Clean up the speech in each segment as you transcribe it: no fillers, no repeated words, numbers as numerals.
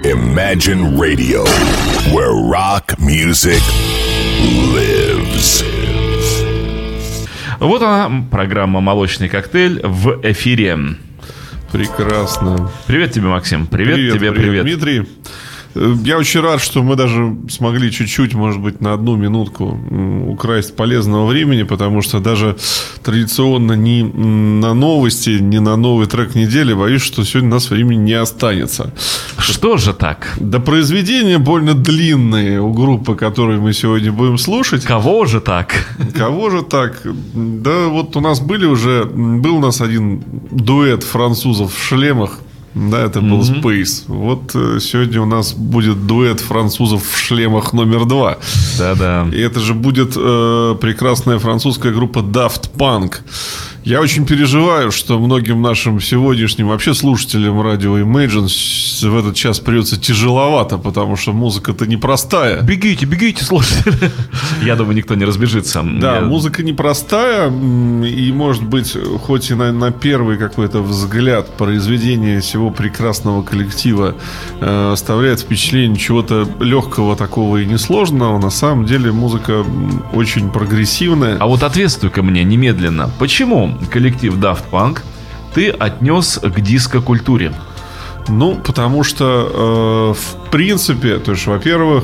Imagine Radio, where rock music lives. Вот она, программа «Молочный коктейль» в эфире. Прекрасно. Привет тебе, Максим. Привет тебе, привет. Дмитрий. Я очень рад, что мы даже смогли чуть-чуть, может быть, на одну минутку украсть полезного времени, потому что даже традиционно ни на новости, ни на новый трек недели боюсь, что сегодня у нас времени не останется. Что же так? Да произведения больно длинные у группы, которую мы сегодня будем слушать. Кого же так? Кого же так? Да вот у нас был у нас один дуэт французов в шлемах. Да, это был Space. Вот сегодня у нас будет дуэт французов в шлемах номер 2. Да-да. И это же будет прекрасная французская группа Daft Punk. Я очень переживаю, что многим нашим сегодняшним вообще слушателям радио Imagine в этот час придется тяжеловато, потому что музыка-то непростая. Бегите, слушайте. Я думаю, никто не разбежится. Да, музыка непростая. И, может быть, хоть и на первый какой-то взгляд произведение всего прекрасного коллектива оставляет впечатление чего-то легкого такого и несложного, на самом деле музыка очень прогрессивная. А вот ответствуй-ка мне немедленно. Почему коллектив Daft Punk ты отнес к диско-культуре? Ну, потому что, в принципе, то есть, во-первых,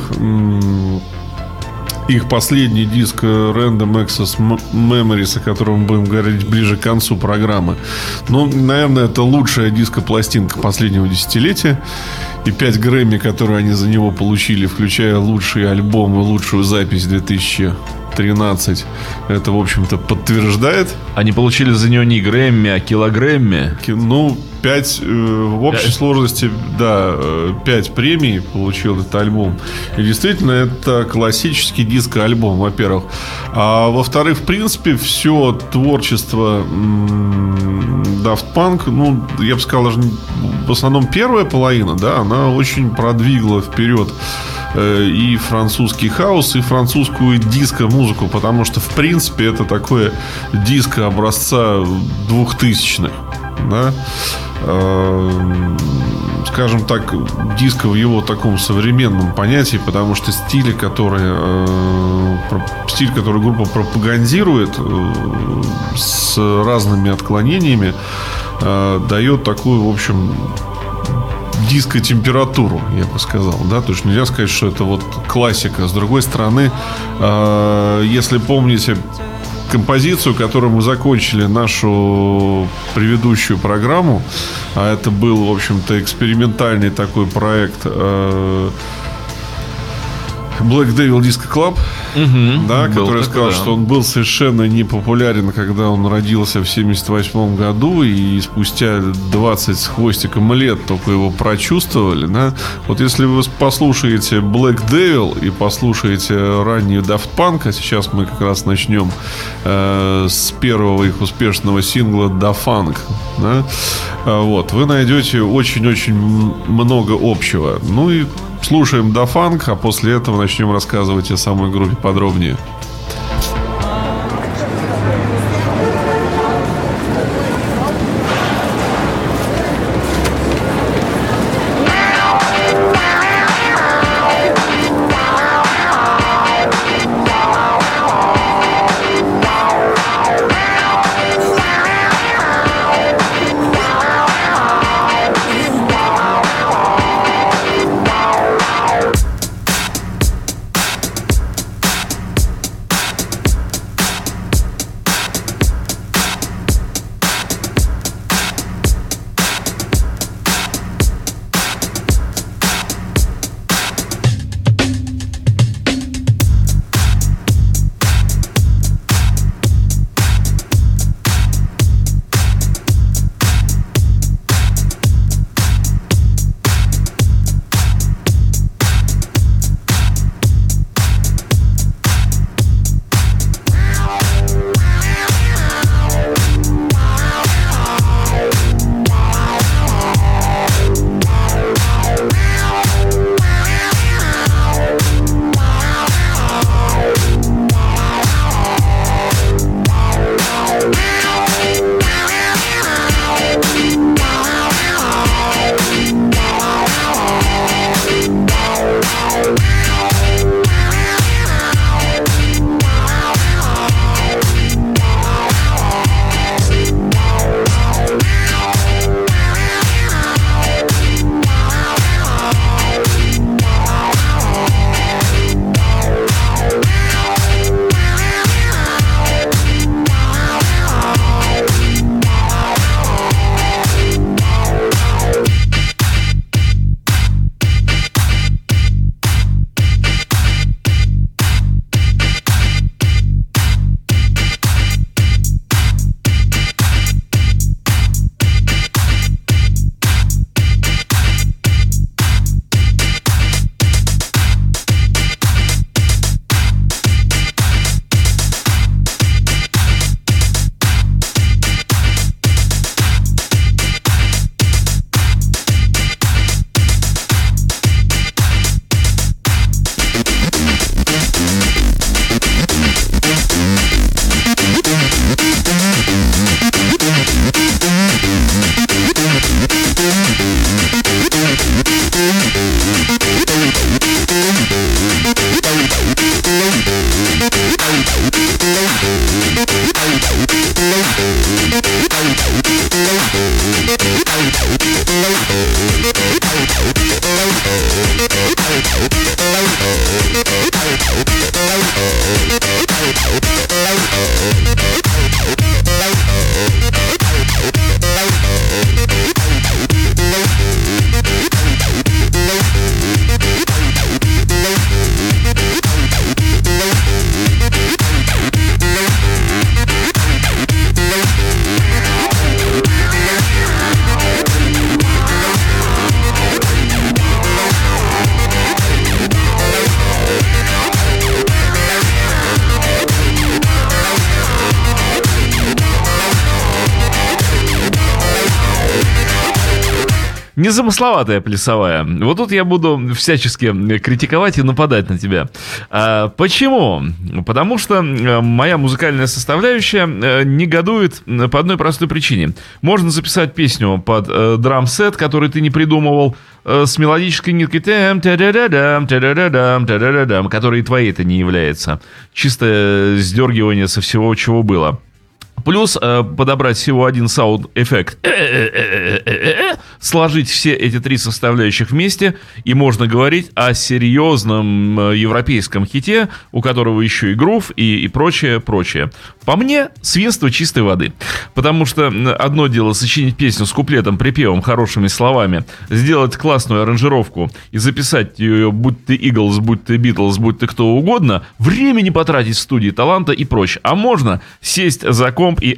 их последний диск Random Access Memories, о котором мы будем говорить ближе к концу программы, ну, наверное, это лучшая диско-пластинка последнего десятилетия. И 5 Грэмми, которые они за него получили, включая лучший альбом и лучшую запись 2013, это, в общем-то, подтверждает. Они получили за нее не Грэмми, а килогрэмми. Ну, 5 в общей сложности, да, 5 премий получил этот альбом. И действительно, это классический диско-альбом, во-первых. А во-вторых, в принципе, все творчество Daft Punk, ну, я бы сказал, даже в основном первая половина, да, она очень продвигла вперед и французский хаус, и французскую диско-музыку, потому что, в принципе, это такое диско образца 2000-х, да? Скажем так, диско в его таком современном понятии, потому что стиль, который группа пропагандирует с разными отклонениями, дает такую, в общем, диско-температуру, я бы сказал, да, то есть нельзя сказать, что это вот классика. С другой стороны, если помните композицию, которую мы закончили нашу предыдущую программу, а это был, в общем-то, экспериментальный такой проект Black Devil Disco Club, да, который сказал, что он был совершенно непопулярен, когда он родился в 1978 году, и спустя 20 с хвостиком лет только его прочувствовали, да. Вот если вы послушаете Black Devil и послушаете раннюю Daft Punk, а сейчас мы как раз начнем с первого их успешного сингла Da Funk, да, вот, вы найдете очень-очень много общего. Ну и слушаем Da Funk, а после этого начнем рассказывать о самой группе подробнее. Незамысловатая плясовая. Вот тут я буду всячески критиковать и нападать на тебя. Почему? Потому что моя музыкальная составляющая негодует по одной простой причине. Можно записать песню под драм-сет, который ты не придумывал, с мелодической ниткой, который твоей-то не является. Чисто сдергивание со всего, чего было. Плюс подобрать всего один саунд-эффект, сложить все эти три составляющих вместе, и можно говорить о серьезном европейском хите, у которого еще и грув, и прочее, прочее. По мне, свинство чистой воды. Потому что одно дело сочинить песню с куплетом, припевом, хорошими словами, сделать классную аранжировку и записать ее, будь ты Eagles, будь ты Beatles, будь ты кто угодно, времени потратить в студии, таланта и прочее. А можно сесть за комп и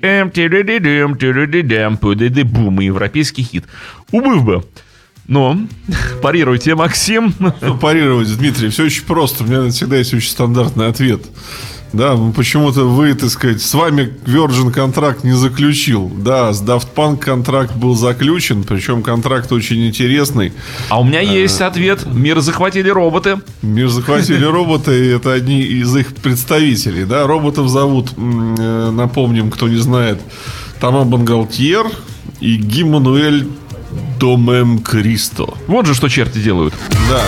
бум, и европейский хит. Убыв бы. Но, парируйте, Максим. Парировать, Дмитрий, все очень просто. У меня всегда есть очень стандартный ответ. Да, почему-то вы, так сказать, с вами Virgin контракт не заключил. Да, с Daft Punk контракт был заключен, причем контракт очень интересный. А у меня есть ответ. Мир захватили роботы. Мир захватили роботы, и это одни из их представителей. Да, роботов зовут, напомним, кто не знает, Тома Бангалтьер и Ги-Мануэль Домем Кристо. Вот же что черти делают. Да.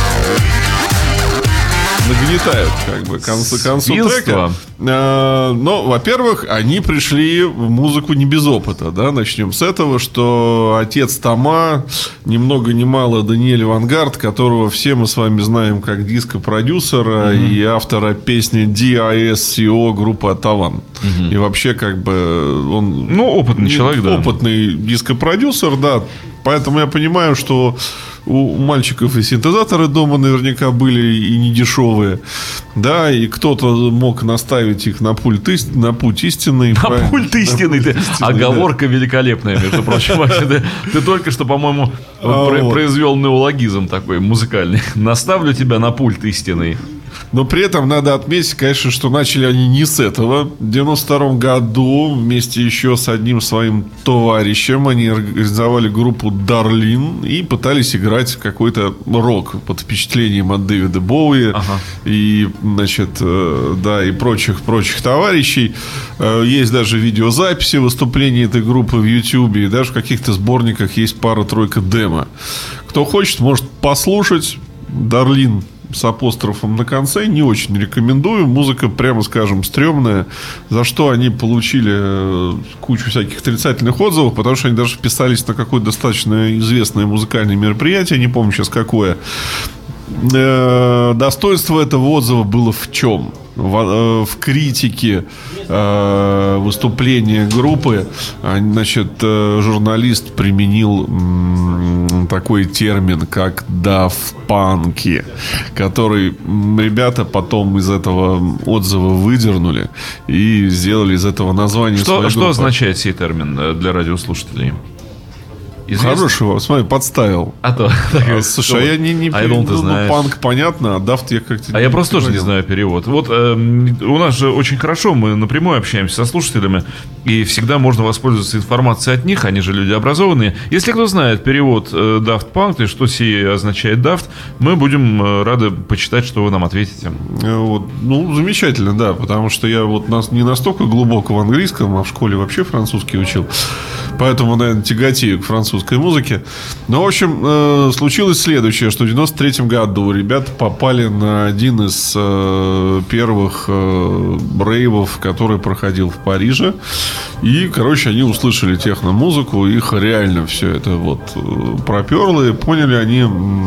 Нагнетают, как бы, к концу трека. Но, во-первых, они пришли в музыку не без опыта, да, начнем с этого, что отец Тома, ни много ни мало Даниэль Вангард, которого все мы с вами знаем как диско-продюсера и автора песни DISCO группы Атаван. И вообще, как бы, он... Ну, опытный человек, да. Опытный диско-продюсер, да. Поэтому я понимаю, что у мальчиков и синтезаторы дома наверняка были и не дешевые. Да, и кто-то мог наставить их на путь истины. На пульт истины. Оговорка великолепная, между прочим. Ты только что, по-моему, произвел неологизм такой музыкальный. Наставлю тебя на пульт истины. Но при этом надо отметить, конечно, что начали они не с этого. В 92 году вместе еще с одним своим товарищем они организовали группу Дарлин и пытались играть какой-то рок под впечатлением от Дэвида Боуи и, значит, да, и прочих товарищей. Есть даже видеозаписи выступлений этой группы в Ютьюбе, и даже в каких-то сборниках есть пара-тройка демо. Кто хочет, может послушать. Дарлин с апострофом на конце. Не очень рекомендую. Музыка, прямо скажем, стрёмная. За что они получили кучу всяких отрицательных отзывов, потому что они даже вписались на какое-то достаточно известное музыкальное мероприятие. Не помню сейчас какое. Достоинство этого отзыва было в чем? В критике выступления группы, значит, журналист применил такой термин, как дафт-панки, который ребята потом из этого отзыва выдернули и сделали из этого название. Что означает сей термин для радиослушателей? Известно? Хорошего, смотри, подставил. Слушай, я не панк, понятно, а дафт я как-то... я просто тоже не знаю перевод. Вот у нас же очень хорошо, мы напрямую общаемся со слушателями, и всегда можно воспользоваться информацией от них, они же люди образованные. Если кто знает перевод Daft Punk, и что сие означает дафт, мы будем рады почитать, что вы нам ответите. Вот. Ну, замечательно, да, потому что я вот не настолько глубоко в английском, а в школе вообще французский учил. Поэтому, наверное, тяготею к французской музыке. Но, в общем, случилось следующее, что в 93 году ребята попали на один из первых рейвов, который проходил в Париже. И, короче, они услышали техномузыку, их реально все это вот проперло, и поняли они,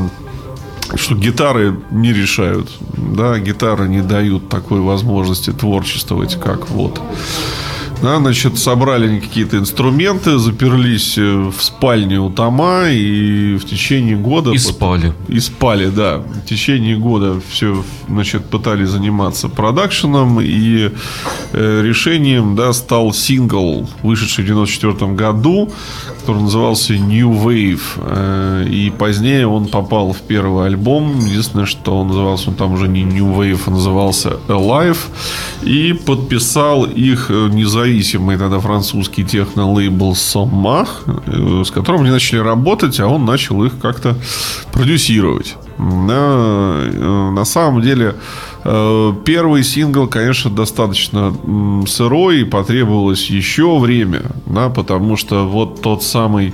что гитары не решают. Да, гитары не дают такой возможности творчествовать, как вот. Да, значит, собрали какие-то инструменты, заперлись в спальне у Тома и в течение года... И спали. И спали, да. В течение года все, значит, пытались заниматься продакшеном, и решением, да, стал сингл, вышедший в 94 году, который назывался New Wave. И позднее он попал в первый альбом. Единственное, что он назывался, он там уже не New Wave, а назывался Alive. И подписал их независимый независимый тогда французский техно-лейбл Somach, с которым они начали работать, а он начал их как-то продюсировать. На самом деле, первый сингл, конечно, достаточно сырой, и потребовалось еще время, да, потому что вот тот самый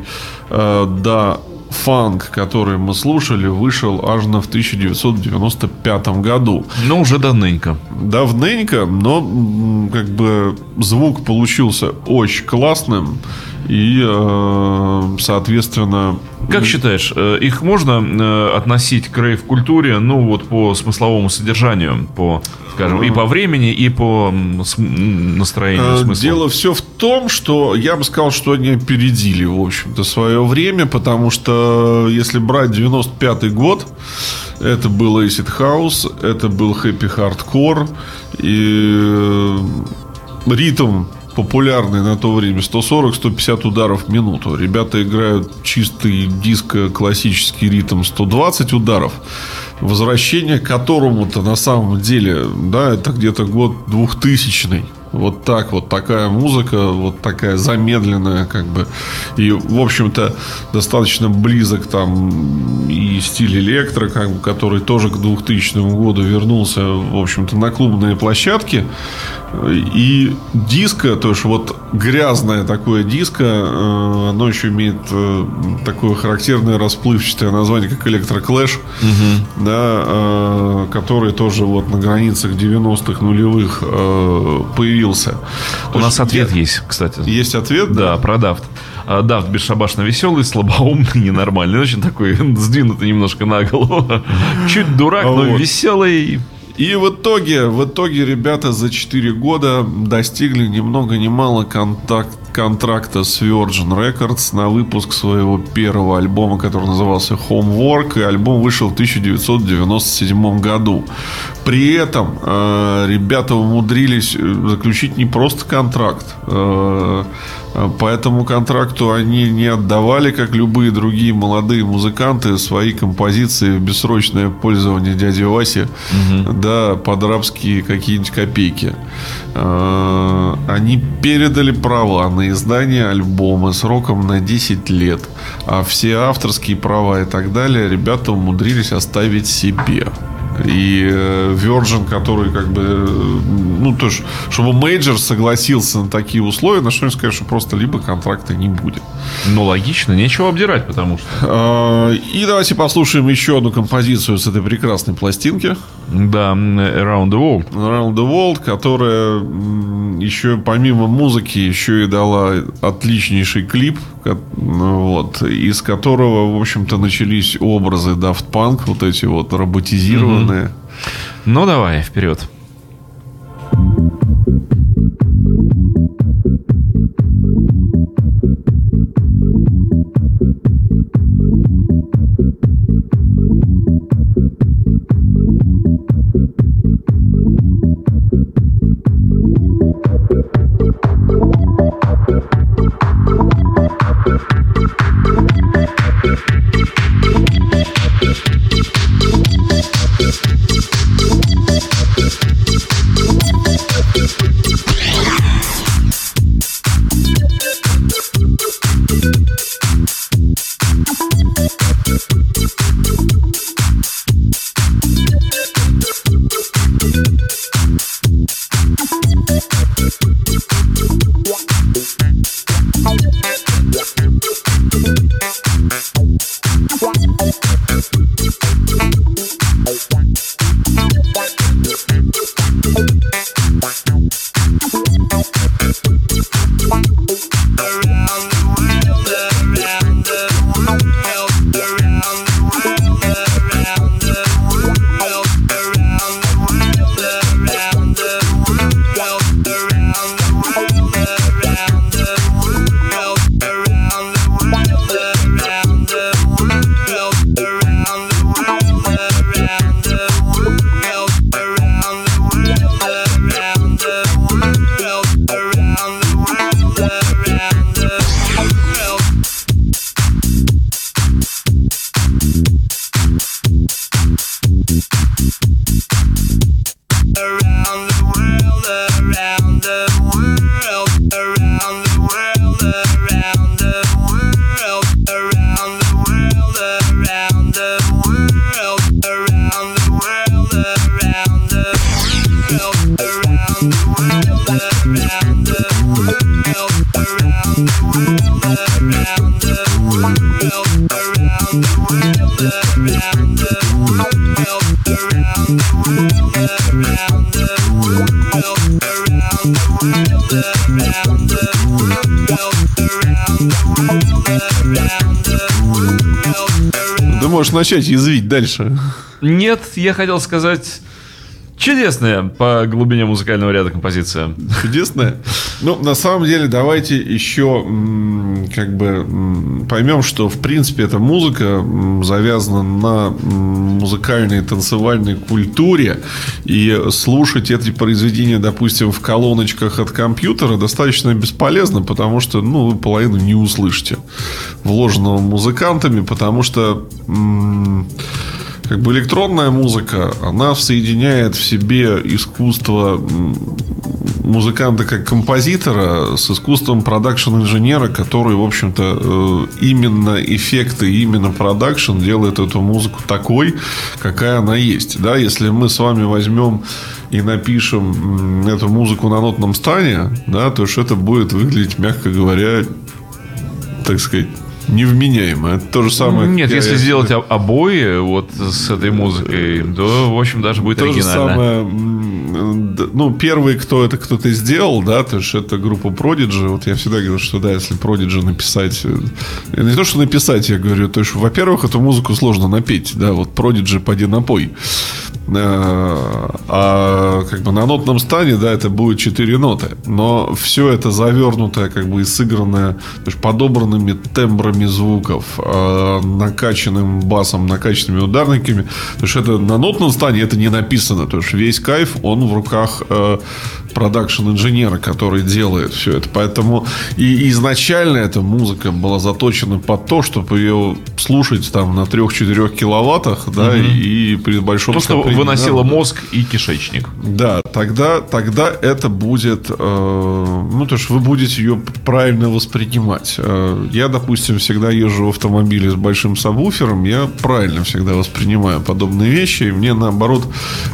фанк, который мы слушали, вышел аж в 1995 году. Ну, уже давненько. Давненько, но как бы звук получился очень классным. И, соответственно... Как считаешь, их можно относить к рейв-культуре, ну, вот по смысловому содержанию, по, скажем, и по времени, и по настроению, смыслу? Дело все в том, что я бы сказал, что они опередили, в общем-то, свое время, потому что, если брать 95-й год, это был Acid House, это был Happy Hardcore, и ритм популярный на то время 140-150 ударов в минуту. Ребята играют чистый диско-классический ритм 120 ударов, возвращение к которому-то на самом деле, да, это где-то год 2000-й. Вот так вот, такая музыка, вот такая замедленная, как бы. И, в общем-то, достаточно близок там и стиль электро, как бы, который тоже к 2000 году вернулся, в общем-то, на клубные площадки. И диско, то есть вот грязное такое диско, оно еще имеет такое характерное расплывчатое название, как электроклэш, да, который тоже вот на границах 90-х нулевых появился. У нас ответ есть, кстати. Есть ответ? Да, про Дафт. Дафт бесшабашно веселый, слабоумный, ненормальный. Очень такой сдвинутый немножко на голову. Чуть дурак, но веселый. И в итоге ребята за 4 года достигли ни много ни мало контракта с Virgin Records на выпуск своего первого альбома, который назывался Homework, и альбом вышел в 1997 году. При этом ребята умудрились заключить не просто контракт. По этому контракту они не отдавали, как любые другие молодые музыканты, свои композиции в бессрочное пользование дяди Васи, да, под рабские какие-нибудь копейки. Они передали права на издание альбома сроком на 10 лет, а все авторские права и так далее ребята умудрились оставить себе. И Virgin, который как бы, ну, то есть, чтобы мейджор согласился на такие условия, на что они сказали, что просто либо контракта не будет. Ну, логично, нечего обдирать, потому что... И давайте послушаем еще одну композицию с этой прекрасной пластинки. Да, Around the World. Around the World, которая еще помимо музыки еще и дала отличнейший клип, вот, из которого, в общем-то, начались образы Daft Punk, вот эти вот роботизированные. Ну, давай, вперед. Ты можешь начать язвить дальше. Нет, я хотел сказать... Чудесная по глубине музыкального ряда композиция. Чудесная? Ну, на самом деле, давайте еще как бы поймем, что, в принципе, эта музыка завязана на музыкальной и танцевальной культуре. И слушать эти произведения, допустим, в колоночках от компьютера достаточно бесполезно, потому что, вы половину не услышите вложенного музыкантами, потому что... Как бы электронная музыка, она соединяет в себе искусство музыканта как композитора с искусством продакшн-инженера, который, в общем-то, именно эффекты, именно продакшн делает эту музыку такой, какая она есть. Да, если мы с вами возьмем и напишем эту музыку на нотном стане, да, то это будет выглядеть, мягко говоря, так сказать, невменяемо. Это то же самое. Нет, если сделать обои вот с этой музыкой, то, в общем, даже будет то оригинально. Же самое, первый, кто это сделал, да, то есть это группа Prodigy. Вот я всегда говорю, что да, если Prodigy написать, не то, что написать, я говорю, то есть, во-первых, эту музыку сложно напеть, да, вот Prodigy поди напой. А как бы на нотном стане, да, это будет 4 ноты. Но все это завернутое, как бы и сыгранное, то есть подобранными тембрами звуков, накачанным басом, накачанными ударниками. То есть это на нотном стане это не написано. То есть весь кайф, он в руках продакшн-инженера, который делает все это. Поэтому и изначально эта музыка была заточена под то, чтобы ее слушать там на 3-4 киловаттах, да, и при большом скоплении. Просто выносила мозг и кишечник. Да, тогда это будет, то есть вы будете ее правильно воспринимать. Я, допустим, всегда езжу в автомобиле с большим сабвуфером, я правильно всегда воспринимаю подобные вещи, и мне наоборот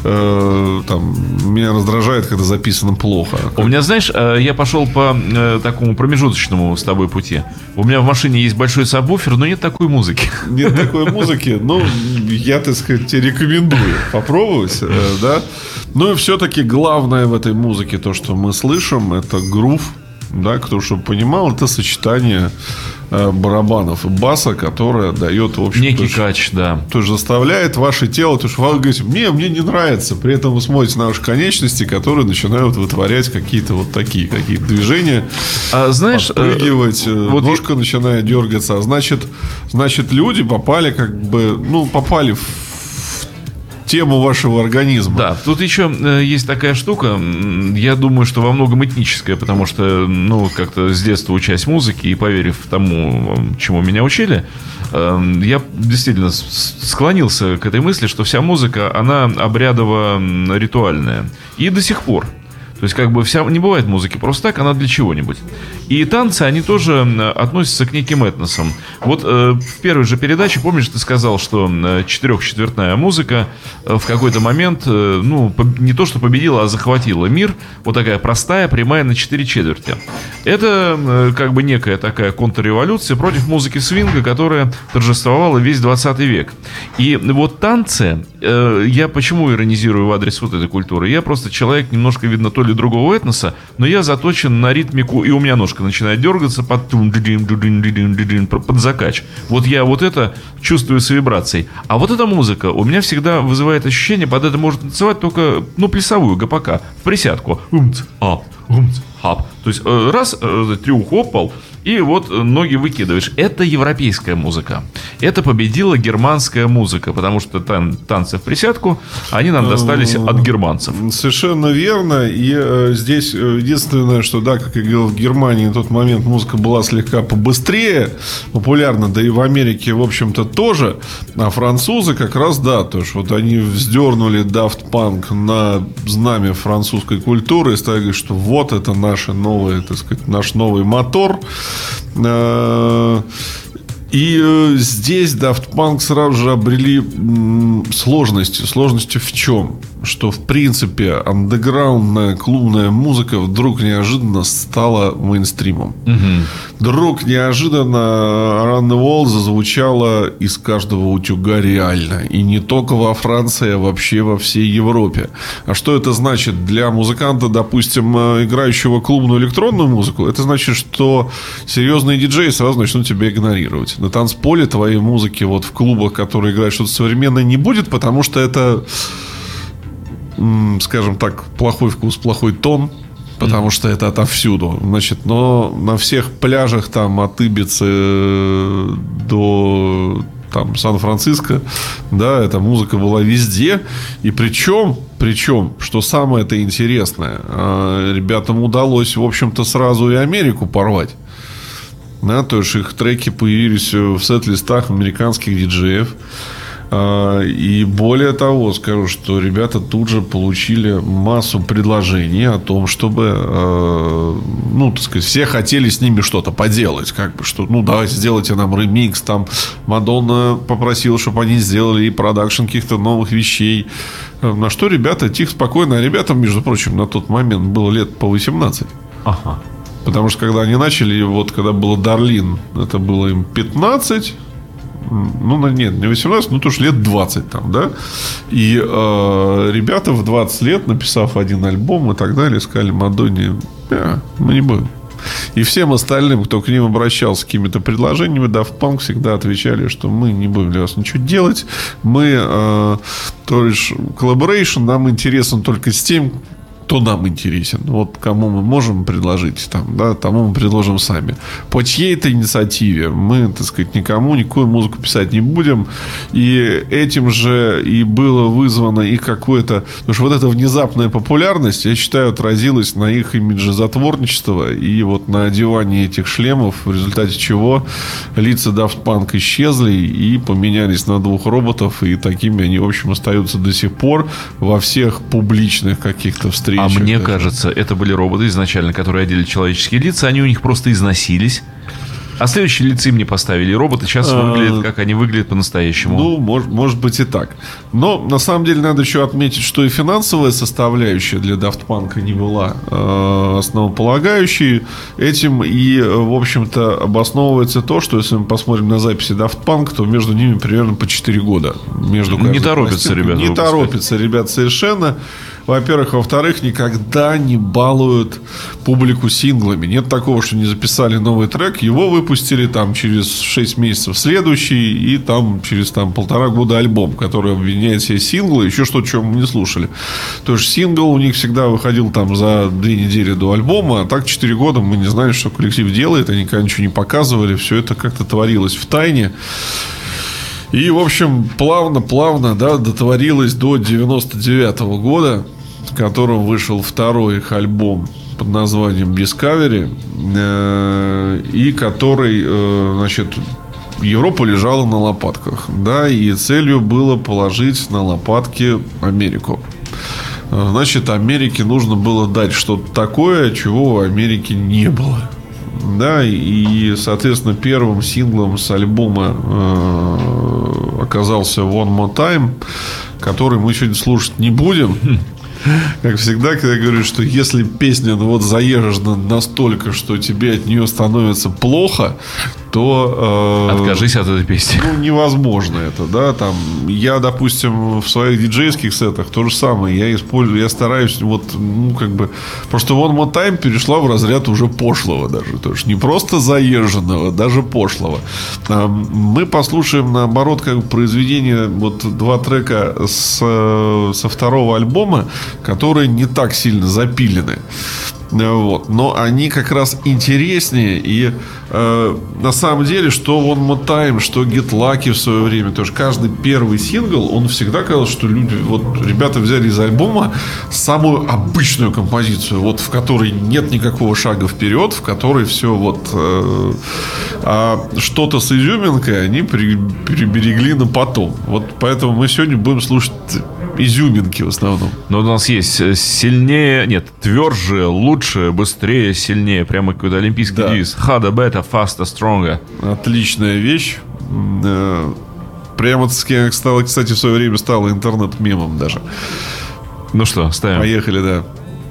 меня раздражает, когда записано плохо. У меня, знаешь, я пошел по такому промежуточному с тобой пути. У меня в машине есть большой сабвуфер, но нет такой музыки. Нет такой музыки, но я, так сказать, тебе рекомендую попробовать, да. Но все-таки главное в этой музыке, то, что мы слышим, это грув, да, кто чтобы понимал, это сочетание барабанов и баса, которое дает, в общем, некий кач, да. То есть заставляет ваше тело, то что вы говорите, мне не нравится. При этом вы смотрите на ваши конечности, которые начинают вытворять какие-то вот такие какие-то движения. Знаешь, подпрыгивать, ножка начинает дергаться. А значит, люди попали попали в тему вашего организма. Да, тут еще есть такая штука, я думаю, что во многом этническая, потому что, как-то с детства учась музыке и поверив тому, чему меня учили, я действительно склонился к этой мысли, что вся музыка, она обрядово-ритуальная. И до сих пор. То есть, не бывает музыки просто так, она для чего-нибудь. И танцы, они тоже относятся к неким этносам. Вот в первой же передаче, помнишь, ты сказал, что 4-четвертная музыка в какой-то момент, не то что победила, а захватила мир. Вот такая простая, прямая на 4 четверти. Это некая такая контрреволюция против музыки свинга, которая торжествовала весь 20 век. И вот танцы, я почему иронизирую в адрес вот этой культуры? Я просто человек немножко, видно, то ли другого этноса, но я заточен на ритмику, и у меня ножка начинает дергаться под закач. Вот я вот это чувствую с вибрацией. А вот эта музыка у меня всегда вызывает ощущение, под это можно танцевать только, плясовую, ГПК, в присядку. Хап. То есть раз, трюх, опал, и вот ноги выкидываешь. Это европейская музыка. Это победила германская музыка, потому что танцы в присядку, они нам достались от германцев. Совершенно верно. И здесь единственное, что, да, как я говорил, в Германии на тот момент музыка была слегка побыстрее популярна, да и в Америке, в общем-то, тоже. А французы как раз, да, то есть вот они вздернули Daft Punk на знамя французской культуры и стали говорить, что вот это наш новый мотор. И здесь Daft Punk сразу же обрели сложности. Сложности в чем? что, в принципе, андеграундная клубная музыка вдруг неожиданно стала мейнстримом. Вдруг неожиданно Around the World зазвучала из каждого утюга реально. И не только во Франции, а вообще во всей Европе. А что это значит для музыканта, допустим, играющего клубную электронную музыку? Это значит, что серьезные диджеи сразу начнут тебя игнорировать. На танцполе твоей музыки вот в клубах, которые играют что-то современное, не будет, потому что это, скажем так, плохой вкус, плохой тон. Потому что это отовсюду. Значит, но на всех пляжах там от Ибицы до там Сан-Франциско, да, эта музыка была везде. И причем, что самое-то интересное, ребятам удалось, в общем-то, сразу и Америку порвать. Да, то есть их треки появились в сет-листах американских диджеев. И более того, скажу, что ребята тут же получили массу предложений о том, чтобы, ну, так сказать, все хотели с ними что-то поделать, как бы, что, ну, давайте сделайте нам ремикс, там Мадонна попросила, чтобы они сделали и продакшн каких-то новых вещей, на что ребята тихо, спокойно, а ребятам, между прочим, на тот момент было лет по 18. Ага. Потому что когда они начали, вот когда было Дарлин, это было им 15. Ну, нет, не 18, ну, тоже лет 20 там, да. И ребята в 20 лет, написав один альбом и так далее, сказали Мадонне: мы не будем. И всем остальным, кто к ним обращался с какими-то предложениями, Daft Punk всегда отвечали, что мы не будем для вас ничего делать. Мы, то есть, collaboration нам интересен только с тем, кто нам интересен. Вот кому мы можем предложить, там, да, тому мы предложим сами. По чьей-то инициативе мы, так сказать, никому никакую музыку писать не будем. И этим же и было вызвано их какое-то... Потому что вот эта внезапная популярность, я считаю, отразилась на их имидже затворничества и вот на одевании этих шлемов, в результате чего лица Daft Punk исчезли и поменялись на двух роботов, и такими они, в общем, остаются до сих пор во всех публичных каких-то встречах. А мне кажется, это были роботы изначально, которые одели человеческие лица. Они у них просто износились. А следующие лица им не поставили. Роботы сейчас выглядят, как они выглядят по-настоящему. Ну, может быть и так. Но, на самом деле, надо еще отметить, что и финансовая составляющая для Daft Punk не была основополагающей. Этим и, в общем-то, обосновывается то, что, если мы посмотрим на записи Daft Punk, то между ними примерно по 4 года. Не торопятся ребята. Не торопятся ребята совершенно. Во-первых. Во-вторых, никогда не балуют публику синглами. Нет такого, что не записали новый трек, его выпустили там через 6 месяцев следующий, и там через там 1,5 года альбом, который объединяет все синглы, еще что-то, чего мы не слушали. То есть сингл у них всегда выходил там за 2 недели до альбома, а так 4 года мы не знали, что коллектив делает, они никогда ничего не показывали, все это как-то творилось в тайне. И, в общем, плавно, да, дотворилось до 99 года, в котором вышел второй их альбом под названием Discovery, и который, значит, Европа лежала на лопатках, да, и целью было положить на лопатки Америку. Значит, Америке нужно было дать что-то такое, чего в Америке не было. Да, и, соответственно, первым синглом с альбома оказался One More Time, который мы сегодня слушать не будем. Как всегда, когда я говорю, что если песня вот заезжена настолько, что тебе от нее становится плохо, то... Откажись от этой песни. Ну, невозможно это, да. Там, я, допустим, в своих диджейских сетах то же самое. Я стараюсь вот, ну, как бы... Просто One More Time перешла в разряд уже пошлого даже. То есть не просто заезженного, даже пошлого. Мы послушаем, наоборот, как бы произведение, вот 2 трека со второго альбома, которые не так сильно запилены. Вот. Но они как раз интереснее. И на самом деле, что One More Time, что Get Lucky в свое время, то есть каждый первый сингл, он всегда казалось, что люди, вот ребята взяли из альбома самую обычную композицию, вот в которой нет никакого шага вперед, в которой все вот а что-то с изюминкой они приберегли на потом. Вот поэтому мы сегодня будем слушать изюминки в основном. Но у нас есть сильнее, нет, тверже, лучше, быстрее, сильнее. Прямо какой-то олимпийский девиз. Harder, better, faster, stronger. Отличная вещь. Прямо, кстати, в свое время стало интернет-мемом даже. Ну что, ставим. Поехали, да.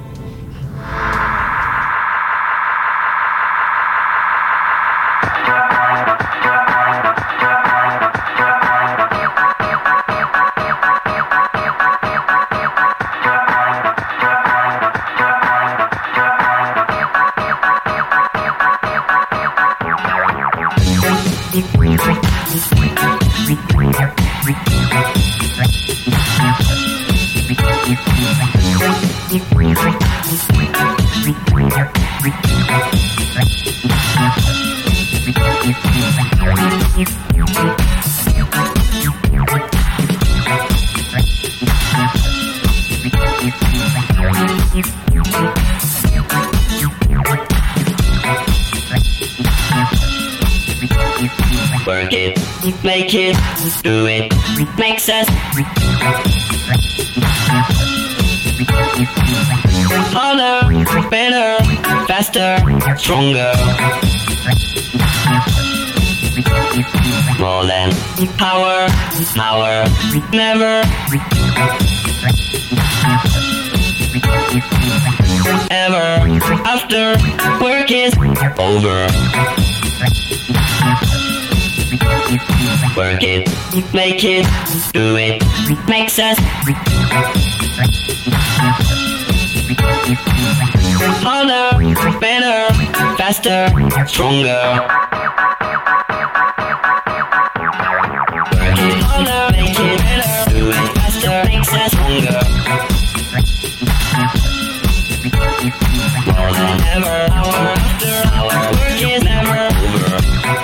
Work it, make it, do it, makes us harder, better, faster, stronger. More than power, never ever after work is over. Work it, make it, do it, makes us harder, better, faster, stronger. Work it harder, make it better, do it faster, makes us stronger. More than ever, hour after hour, work is never over.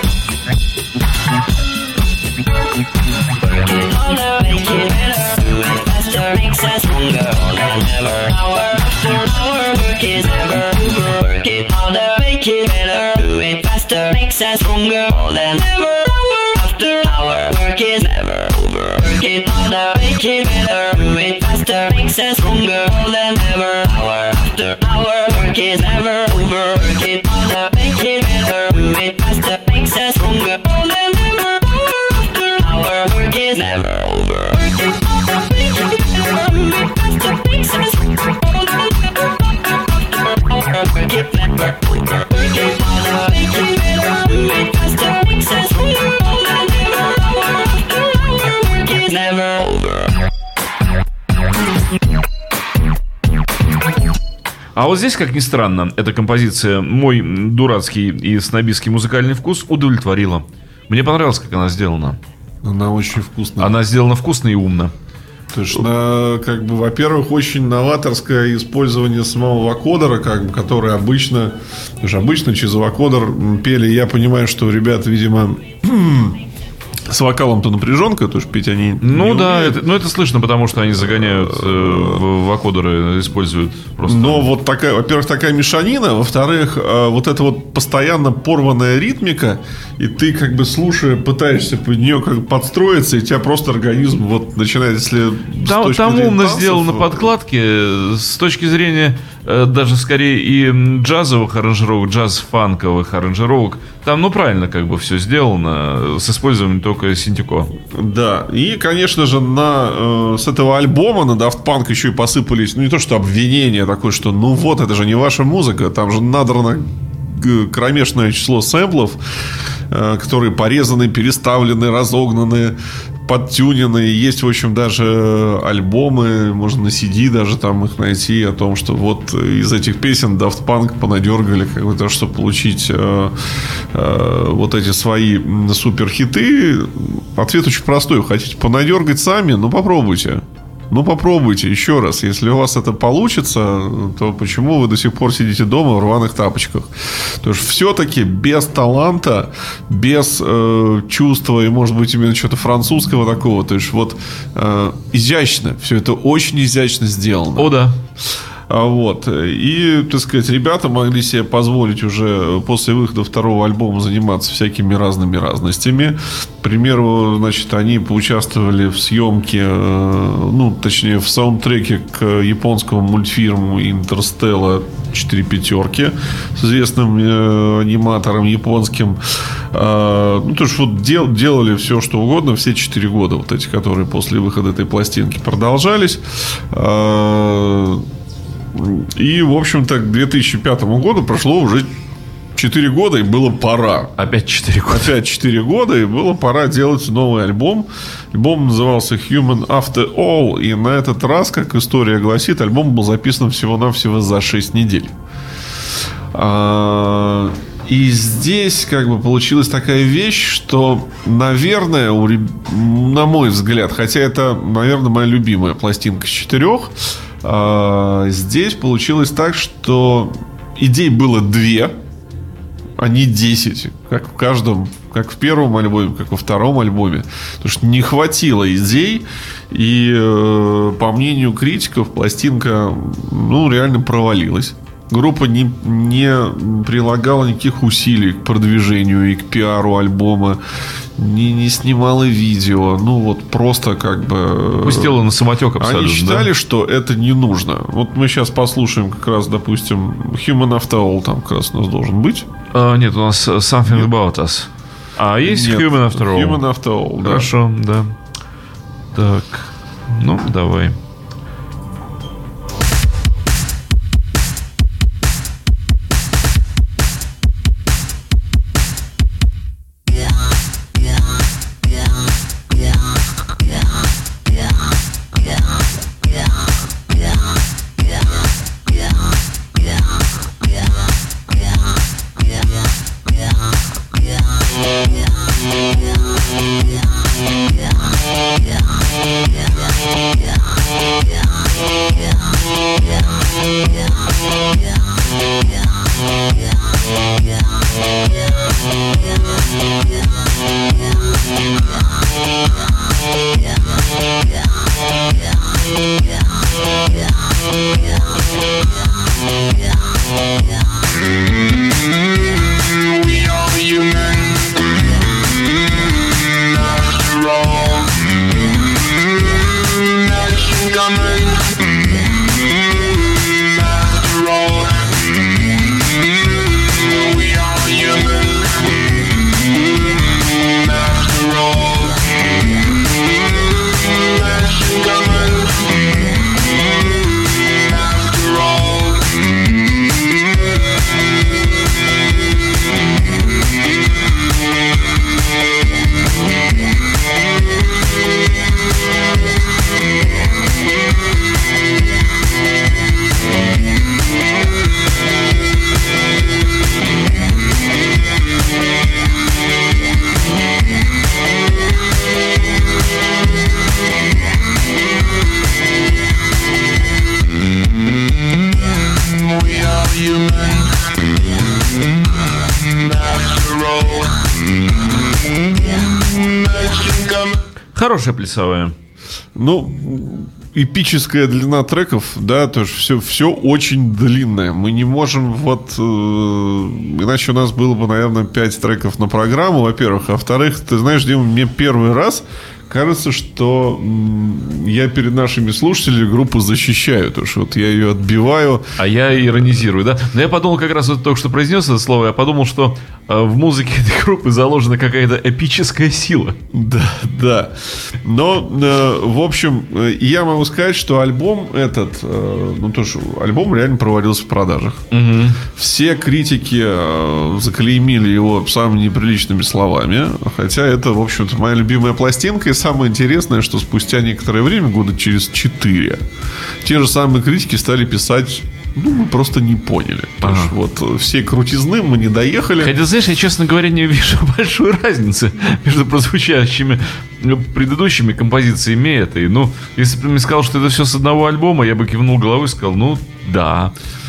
Work it harder, make it better, do it faster, makes us stronger. More than ever, hour after hour, work is never over. Work it harder, make it better, do it faster, makes us stronger. More than ever, hour after hour, work is never over. Work it harder, make it better, do it faster, makes us stronger. More than ever, hour after hour, work is never over. Work it harder, make it better, do it faster, makes us stronger. More than ever, hour after hour, work is never over. Work it harder, make it better, do it faster, makes us stronger. More than ever, hour, work it never over. Work it harder, make it better, do it faster, makes us stronger. More than ever, hour after hour, work is never over. А вот здесь, как ни странно, эта композиция мой дурацкий и снобистский музыкальный вкус удовлетворила. Мне понравилось, как она сделана. Она очень вкусная. Она сделана вкусно и умно. То есть, как бы, во-первых, очень новаторское использование самого вокодера, как бы, который обычно через вокодер пели. Я понимаю, что ребята, видимо, с вокалом-то напряженка, то есть петь они ну не да, умеют. это слышно, потому что они загоняют вокодеры, используют просто. Но вот такая, во-первых, такая мешанина, во-вторых, вот эта вот постоянно порванная ритмика, и ты, как бы, слушая, пытаешься под нее как бы подстроиться, и у тебя просто организм вот начинает, если Там умно сделаны подкладки с точки зрения даже скорее и джазовых аранжировок, джаз-фанковых аранжировок. Там, ну, правильно как бы все сделано, с использованием только синтеко. Да, и, конечно же, с этого альбома на Daft Punk еще и посыпались, ну, не то что обвинения такое, что, ну вот, это же не ваша музыка, там же надрано кромешное число сэмплов, которые порезаны, переставлены, разогнаны, подтюнены. Есть, в общем, даже альбомы, можно на CD даже там их найти, о том, что вот из этих песен Daft Punk понадергали, как бы, чтобы получить вот эти свои суперхиты. Ответ очень простой. Хотите понадергать сами? Ну, попробуйте. Ну, попробуйте еще раз. Если у вас это получится, то почему вы до сих пор сидите дома в рваных тапочках? То есть, все-таки без таланта, без чувства и, может быть, именно чего-то французского такого. То есть, вот изящно. Все это очень изящно сделано. О, да. Вот. И, так сказать, ребята могли себе позволить уже после выхода второго альбома заниматься всякими разными разностями. К примеру, значит, они поучаствовали в съемке, ну, точнее, в саундтреке к японскому мультфильму «Интерстелла» 4 пятерки с известным аниматором японским. Ну, то есть вот делали все, что угодно все 4 года, вот эти, которые после выхода этой пластинки продолжались. И, в общем-то, к 2005 году прошло уже 4 года, и было пора. Опять 4 года. Опять 4 года, и было пора делать новый альбом. Альбом назывался Human After All. И на этот раз, как история гласит, альбом был записан всего-навсего за 6 недель. И здесь как бы получилась такая вещь, что, наверное, на мой взгляд, хотя это, наверное, моя любимая пластинка с 4, здесь получилось так, что идей было 2, а не 10, как в каждом, как в первом альбоме, как во втором альбоме. Потому что не хватило идей, и, по мнению критиков, пластинка, ну, реально провалилась. Группа не прилагала никаких усилий к продвижению и к пиару альбома, не снимала видео, ну вот просто как бы... Пустила на самотек абсолютно. Они считали, что это не нужно. Вот мы сейчас послушаем как раз, допустим, Human After All, там как раз у нас должен быть. Нет, у нас Something About Us. А есть Нет, Human After All? Human After All, да. Хорошо, да. Так, ну давай. Хорошая плясовая. Ну, эпическая длина треков, да, то есть все очень длинное. Мы не можем вот... иначе у нас было бы, наверное, 5 треков на программу, во-первых. А во-вторых, ты знаешь, Дима, мне первый раз кажется, что я перед нашими слушателями группу защищаю. Потому что вот я ее отбиваю. А я иронизирую, да? Но я подумал, как раз вот только что произнес это слово, я подумал, что в музыке этой группы заложена какая-то эпическая сила. Да, да. Но, в общем, я могу сказать, что альбом этот, ну, то, что альбом реально проводился в продажах. Угу. Все критики заклеймили его самыми неприличными словами. Хотя это, в общем-то, моя любимая пластинка. И самое интересное, что спустя некоторое время, года через 4, те же самые критики стали писать: ну, мы просто не поняли. Потому что вот все крутизны мы не доехали. Хотя, знаешь, я, честно говоря, не вижу большой разницы между прозвучащими предыдущими композициями этой. Ну, если бы ты мне сказал, что это все с одного альбома, я бы кивнул головой и сказал: ну, да.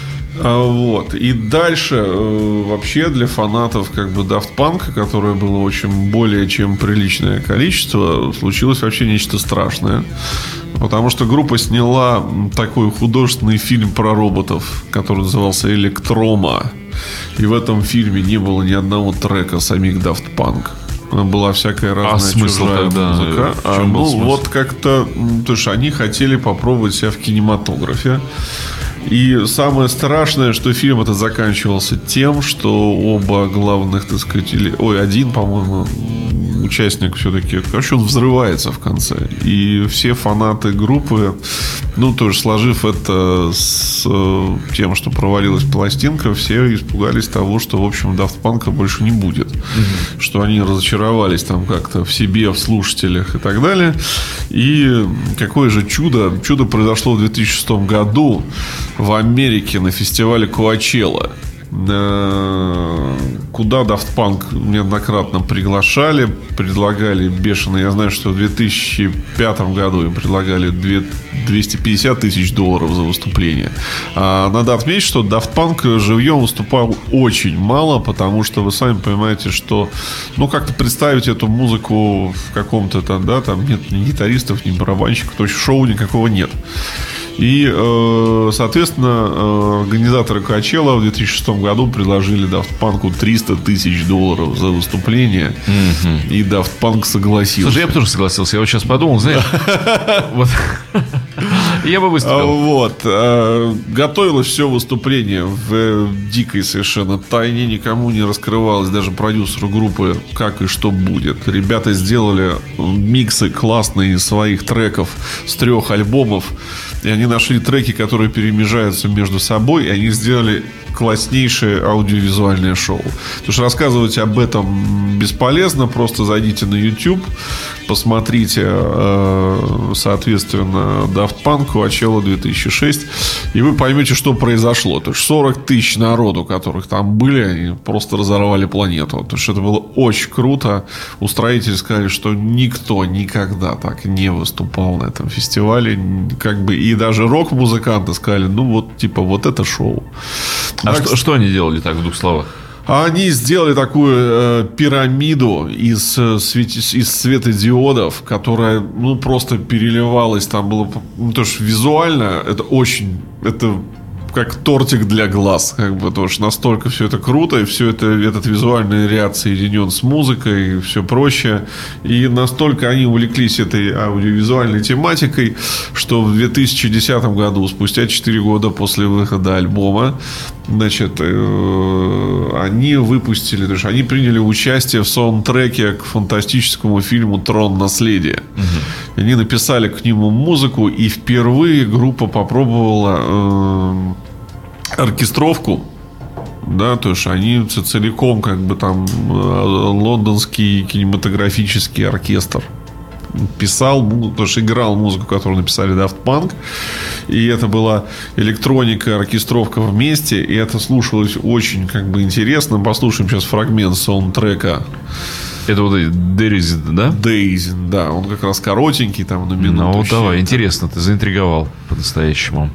Вот. И дальше вообще для фанатов как бы Daft Punk, которое было очень более чем приличное количество, случилось вообще нечто страшное. Потому что группа сняла такой художественный фильм про роботов, который назывался «Электрома». И в этом фильме не было ни одного трека самих Daft Punk. Была всякая разная смысл чужая тогда? музыка. В чем был смысл? Вот как-то... Потому что они хотели попробовать себя в кинематографе. И самое страшное, что фильм этот заканчивался тем, что оба главных, так сказать, один, по-моему, участник все-таки, короче, он взрывается в конце. И все фанаты группы, тоже сложив это с тем, что провалилась пластинка, все испугались того, что, в общем, Daft Punk'а больше не будет. Что они разочаровались там как-то в себе, в слушателях и так далее. И какое же чудо. Чудо произошло в 2006 году в Америке на фестивале Коачелла, куда Daft Punk неоднократно приглашали, предлагали бешено. Я знаю, что в 2005 году им предлагали $250 тысяч за выступление. А надо отметить, что Daft Punk живьем выступал очень мало, потому что вы сами понимаете, что как-то представить эту музыку в каком-то там нет ни гитаристов, ни барабанщиков, то есть шоу никакого нет. И, соответственно, организаторы Коачелла в 2006 году предложили Daft Punk'у $300 тысяч за выступление. И Daft Punk согласился. Слушай, я бы тоже согласился. Я вот сейчас подумал, знаешь, я бы выступил. Готовилось все выступление в дикой совершенно тайне. Никому не раскрывалось, даже продюсеру группы, как и что будет. Ребята сделали миксы классные своих треков с 3 альбомов. И они нашли треки, которые перемежаются между собой. И они сделали класснейшее аудиовизуальное шоу. Потому что рассказывать об этом бесполезно. Просто зайдите на YouTube, посмотрите, соответственно, Daft Punk, Coachella 2006, и вы поймете, что произошло. То есть 40 тысяч народу, которых там были, они просто разорвали планету. То есть это было очень круто. Устроители сказали, что никто никогда так не выступал на этом фестивале. И даже рок-музыканты сказали, вот это шоу. А что они делали так, в 2 словах? Они сделали такую пирамиду из светодиодов, которая просто переливалась. Там было, потому что визуально это как тортик для глаз, потому что настолько все это круто, и все этот визуальный ряд соединен с музыкой и все прочее. И настолько они увлеклись этой аудиовизуальной тематикой, что в 2010 году, спустя 4 года после выхода альбома, они выпустили, то есть они приняли участие в саундтреке к фантастическому фильму «Трон. Наследие». Они написали к нему музыку, и впервые группа попробовала оркестровку. Да, то есть они целиком лондонский кинематографический оркестр писал, то есть играл музыку, которую написали Daft Punk. И это была электроника, оркестровка вместе. И это слушалось очень интересно. Послушаем сейчас фрагмент саундтрека. Это Days, да? Days, да. Он как раз коротенький, там на минуту. Давай, интересно, ты заинтриговал по-настоящему.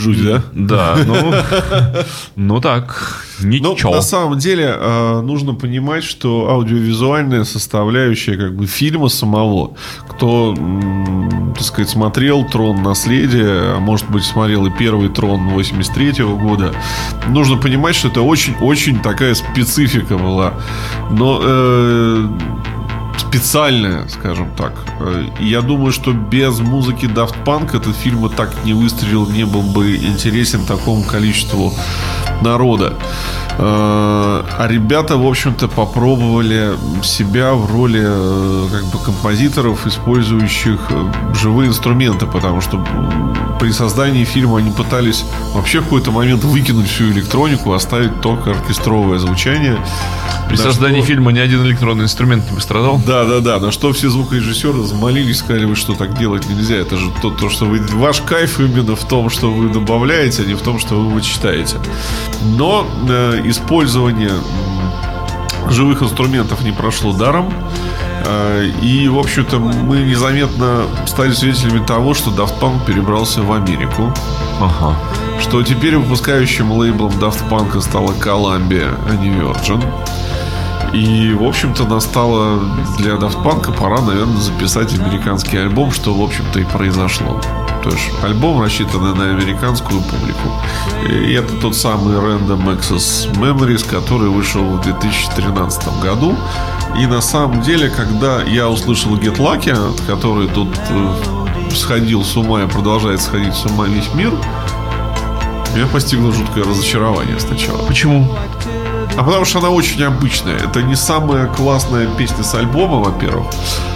чуть-чуть, да? Да, ну так, ничего. На самом деле нужно понимать, что аудиовизуальная составляющая как бы фильма самого, кто, так сказать, смотрел «Трон. Наследие», а может быть, смотрел и первый «Трон» 83-го года, нужно понимать, что это очень-очень такая специфика была. Но специальная, скажем так. И я думаю, что без музыки Daft Punk этот фильм вот так не выстрелил, не был бы интересен такому количеству народа. А ребята, в общем-то, попробовали себя в роли как бы композиторов, использующих живые инструменты, потому что при создании фильма они пытались вообще в какой-то момент выкинуть всю электронику, оставить только оркестровое звучание. При создании фильма ни один электронный инструмент не пострадал? Да. На что все звукорежиссеры замолились, сказали, вы что, так делать нельзя. Это же то, что вы... Ваш кайф именно в том, что вы добавляете, а не в том, что вы вычитаете. Но использование живых инструментов не прошло даром. И, в общем-то, мы незаметно стали свидетелями того, что Daft Punk перебрался в Америку. Ага. Что теперь выпускающим лейблом Daft Punk стала Columbia, а не Virgin. И, в общем-то, настало для Daft Punk пора, наверное, записать американский альбом, что, в общем-то, и произошло. То есть альбом рассчитанный на американскую публику. И это тот самый Random Access Memories, который вышел в 2013 году. И на самом деле, когда я услышал Get Lucky, который тут сходил с ума и продолжает сходить с ума весь мир, меня постигло жуткое разочарование сначала. Почему? А потому что она очень обычная. Это не самая классная песня с альбома, во-первых.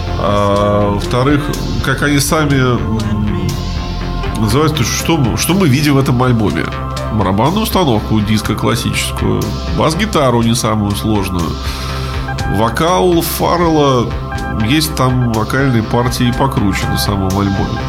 А во-вторых, как они сами называют, что мы видим в этом альбоме? Барабанную установку диска классическую, бас-гитару не самую сложную, вокал Фаррелла, есть там вокальные партии покруче на самом альбоме.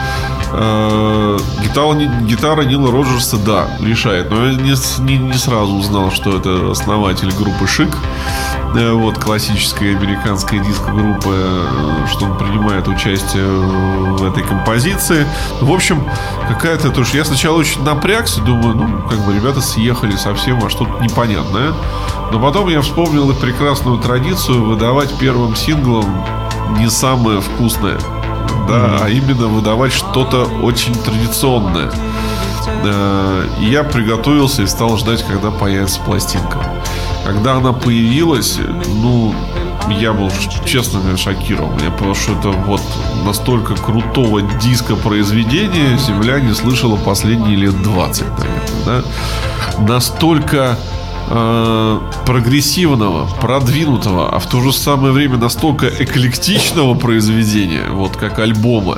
Гитара Нила Роджерса, да, решает. Но я не сразу узнал, что это основатель группы Chic, вот, классической американской диско-группы, что он принимает участие в этой композиции. В общем, какая-то... Потому что я сначала очень напрягся, думаю, как бы ребята съехали совсем во что-то непонятное. Но потом я вспомнил их прекрасную традицию выдавать первым синглом не самое вкусное. Да, а именно выдавать что-то очень традиционное. И я приготовился и стал ждать, когда появится пластинка. Когда она появилась, я был, честно говоря, шокирован. Я понял, что это вот настолько крутого диска-произведения земля не слышала последние лет 20, наверное, да? Настолько прогрессивного, продвинутого, а в то же самое время настолько эклектичного произведения, вот как альбома,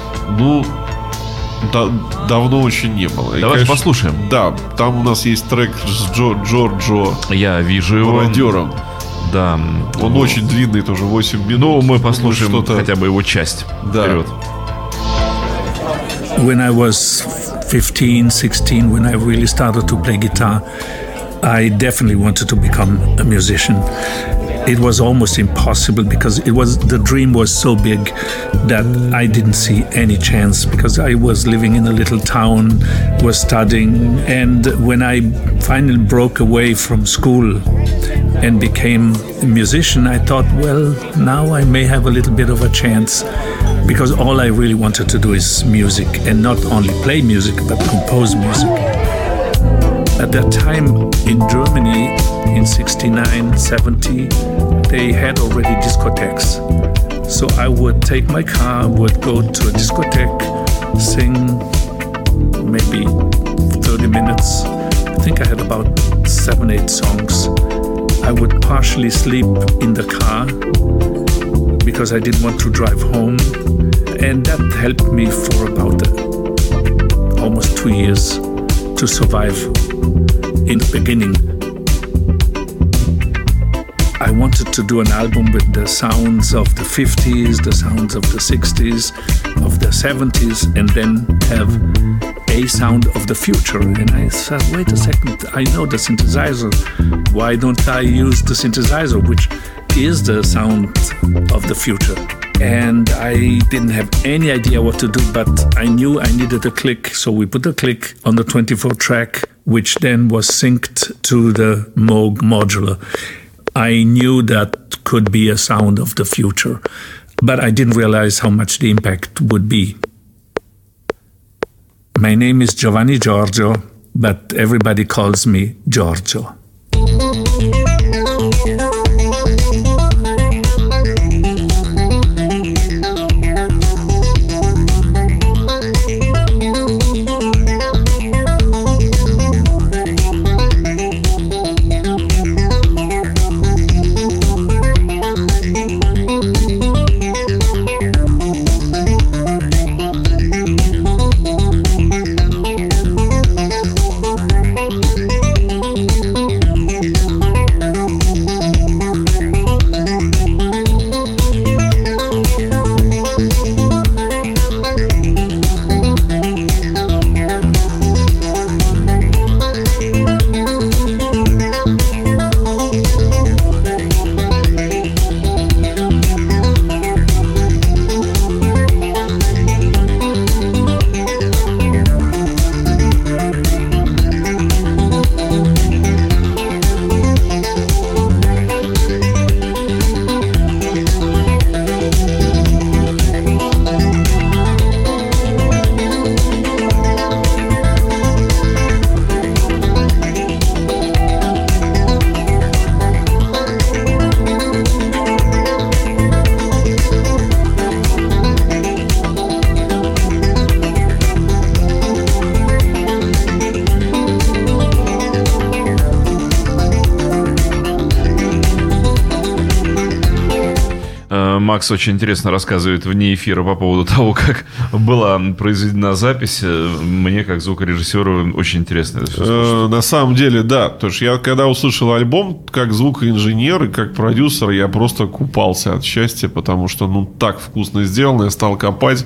давно очень не было. Давай, конечно, послушаем. Да, там у нас есть трек с Джорджо. Я вижу его. Мародером. Да. Он очень длинный, тоже 8 минут. Мы послушаем что-то... хотя бы его часть. Да. Вперед. When I was 15, 16, when I really started to play guitar, I definitely wanted to become a musician. It was almost impossible because the dream was so big that I didn't see any chance, because I was living in a little town, was studying, and when I finally broke away from school and became a musician, I thought, well, now I may have a little bit of a chance, because all I really wanted to do is music, and not only play music but compose music. At that time in Germany, in 69, 70, they had already discotheques. So I would take my car, would go to a discotheque, sing maybe 30 minutes. I think I had about 7-8 songs. I would partially sleep in the car because I didn't want to drive home. And that helped me for about almost 2 years to survive. In the beginning, I wanted to do an album with the sounds of the 50s, the sounds of the 60s, of the 70s, and then have a sound of the future. And I said, wait a second, I know the synthesizer. Why don't I use the synthesizer, which is the sound of the future? And I didn't have any idea what to do, but I knew I needed a click. So we put a click on the 24 track, which then was synced to the Moog modular. I knew that could be a sound of the future, but I didn't realize how much the impact would be. My name is Giovanni Giorgio, but everybody calls me Giorgio. Макс очень интересно рассказывает вне эфира по поводу того, как была произведена запись. Мне, как звукорежиссеру, очень интересно это все слушать. На самом деле, да. Потому что я, когда услышал альбом, как звукоинженер и как продюсер, я просто купался от счастья, потому что, так вкусно сделано. Я стал копать.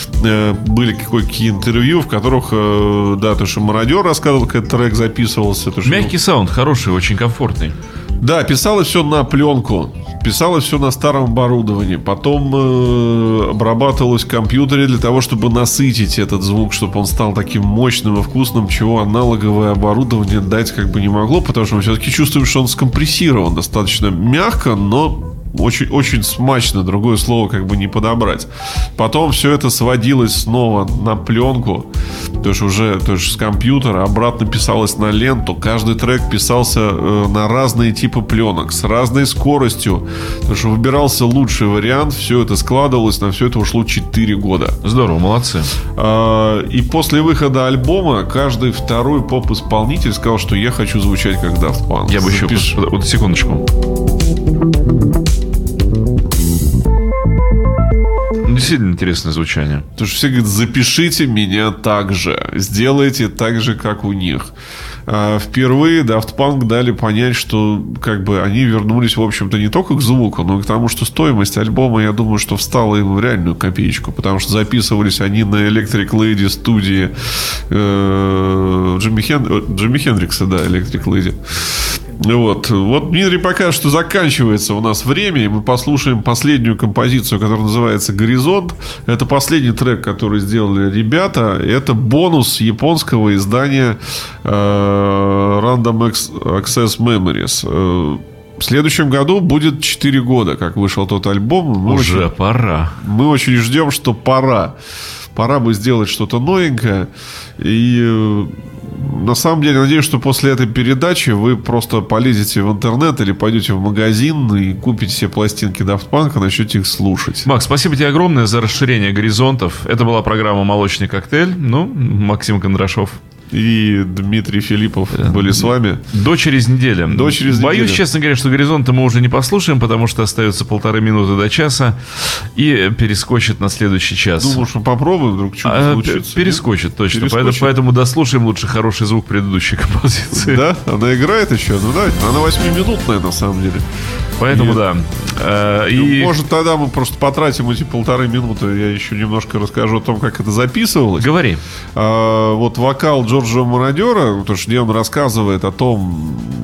Были какие интервью, в которых, то, что «Мародер» рассказывал, как этот трек записывался. Мягкий саунд, хороший, очень комфортный. Да, писалось все на пленку. Писалось все на старом оборудовании. Потом обрабатывалось в компьютере для того, чтобы насытить этот звук, чтобы он стал таким мощным и вкусным, чего аналоговое оборудование дать не могло, потому что мы все-таки чувствуем, что он скомпрессирован достаточно мягко, но очень, очень смачно, другое слово не подобрать. Потом все это сводилось снова на пленку, то есть уже с компьютера, обратно писалось на ленту. Каждый трек писался на разные типы пленок, с разной скоростью, потому что выбирался лучший вариант. Все это складывалось, на все это ушло 4 года. Здорово, молодцы. И после выхода альбома каждый второй поп-исполнитель сказал, что я хочу звучать как Daft Punk. Я бы еще... Вот секундочку. Действительно интересное звучание. Потому что все говорят, запишите меня так же, сделайте так же, как у них. Впервые Daft Punk дали понять, что они вернулись, в общем-то, не только к звуку, но и к тому, что стоимость альбома, я думаю, что встала им в реальную копеечку, потому что записывались они на Electric Lady студии Джимми Хендрикса, да, Electric Lady. Вот Дмитрий покажет, что заканчивается у нас время, и мы послушаем последнюю композицию, которая называется «Горизонт». Это последний трек, который сделали ребята. Это бонус японского издания Random Access Memories. В следующем году будет 4 года, как вышел тот альбом. Пора. Мы очень ждем, что пора. Пора бы сделать что-то новенькое. И на самом деле, надеюсь, что после этой передачи вы просто полезете в интернет или пойдете в магазин и купите все пластинки Daft Punk и начнете их слушать. Макс, спасибо тебе огромное за расширение горизонтов. Это была программа «Молочный коктейль». Максим Кондрашов и Дмитрий Филиппов были с вами. До через неделю. Боюсь, честно говоря, что «Горизонты» мы уже не послушаем, потому что остается 1,5 минуты до часа и перескочит на следующий час. Думаю, что попробуем, вдруг что-то случится. Перескочит, точно. Поэтому дослушаем лучше хороший звук предыдущей композиции. Да? Она играет еще? Она 8-минутная на самом деле. Поэтому да. Может, тогда мы просто потратим эти 1,5 минуты. Я еще немножко расскажу о том, как это записывалось. Говори. Вокал Джорджо Мародера, потому что где он рассказывает о том,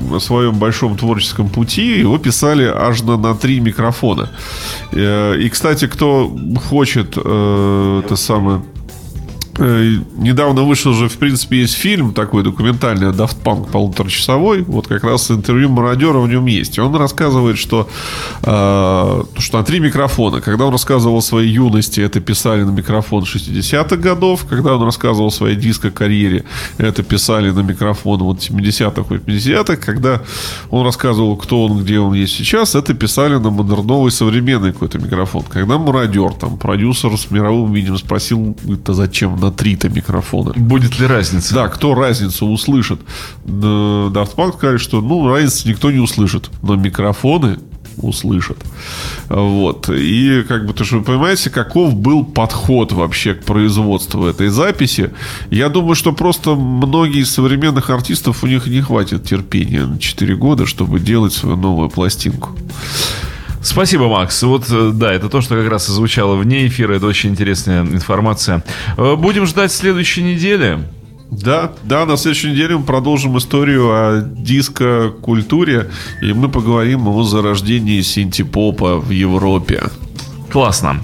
своем большом творческом пути его писали аж на 3 микрофона. И, кстати, кто хочет это самое... Недавно вышел же, в принципе, есть фильм такой документальный Daft Punk, 1,5-часовой. Вот как раз интервью мародера в нем есть. И он рассказывает, что на 3 микрофона. Когда он рассказывал о своей юности, это писали на микрофон 60-х годов. Когда он рассказывал о своей диско-карьере, это писали на микрофон 70-х, 80-х. Когда он рассказывал, кто он, где он есть сейчас, это писали на модерновый современный какой-то микрофон. Когда мародер, там, продюсер с мировым видео спросил, это зачем на 3-то микрофона. Будет ли разница? Да, кто разницу услышит? Daft Punk сказали, что разницы никто не услышит, но микрофоны услышат. Вот. И то что вы понимаете, каков был подход вообще к производству этой записи. Я думаю, что просто многие из современных артистов, у них не хватит терпения на 4 года, чтобы делать свою новую пластинку. Спасибо, Макс. Да, это то, что как раз и звучало вне эфира. Это очень интересная информация. Будем ждать следующей недели. Да, на следующей неделе мы продолжим историю о диско-культуре. И мы поговорим о зарождении синти-попа в Европе. Классно.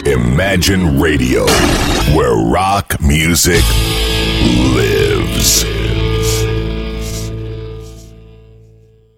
Imagine Radio, where rock music lives.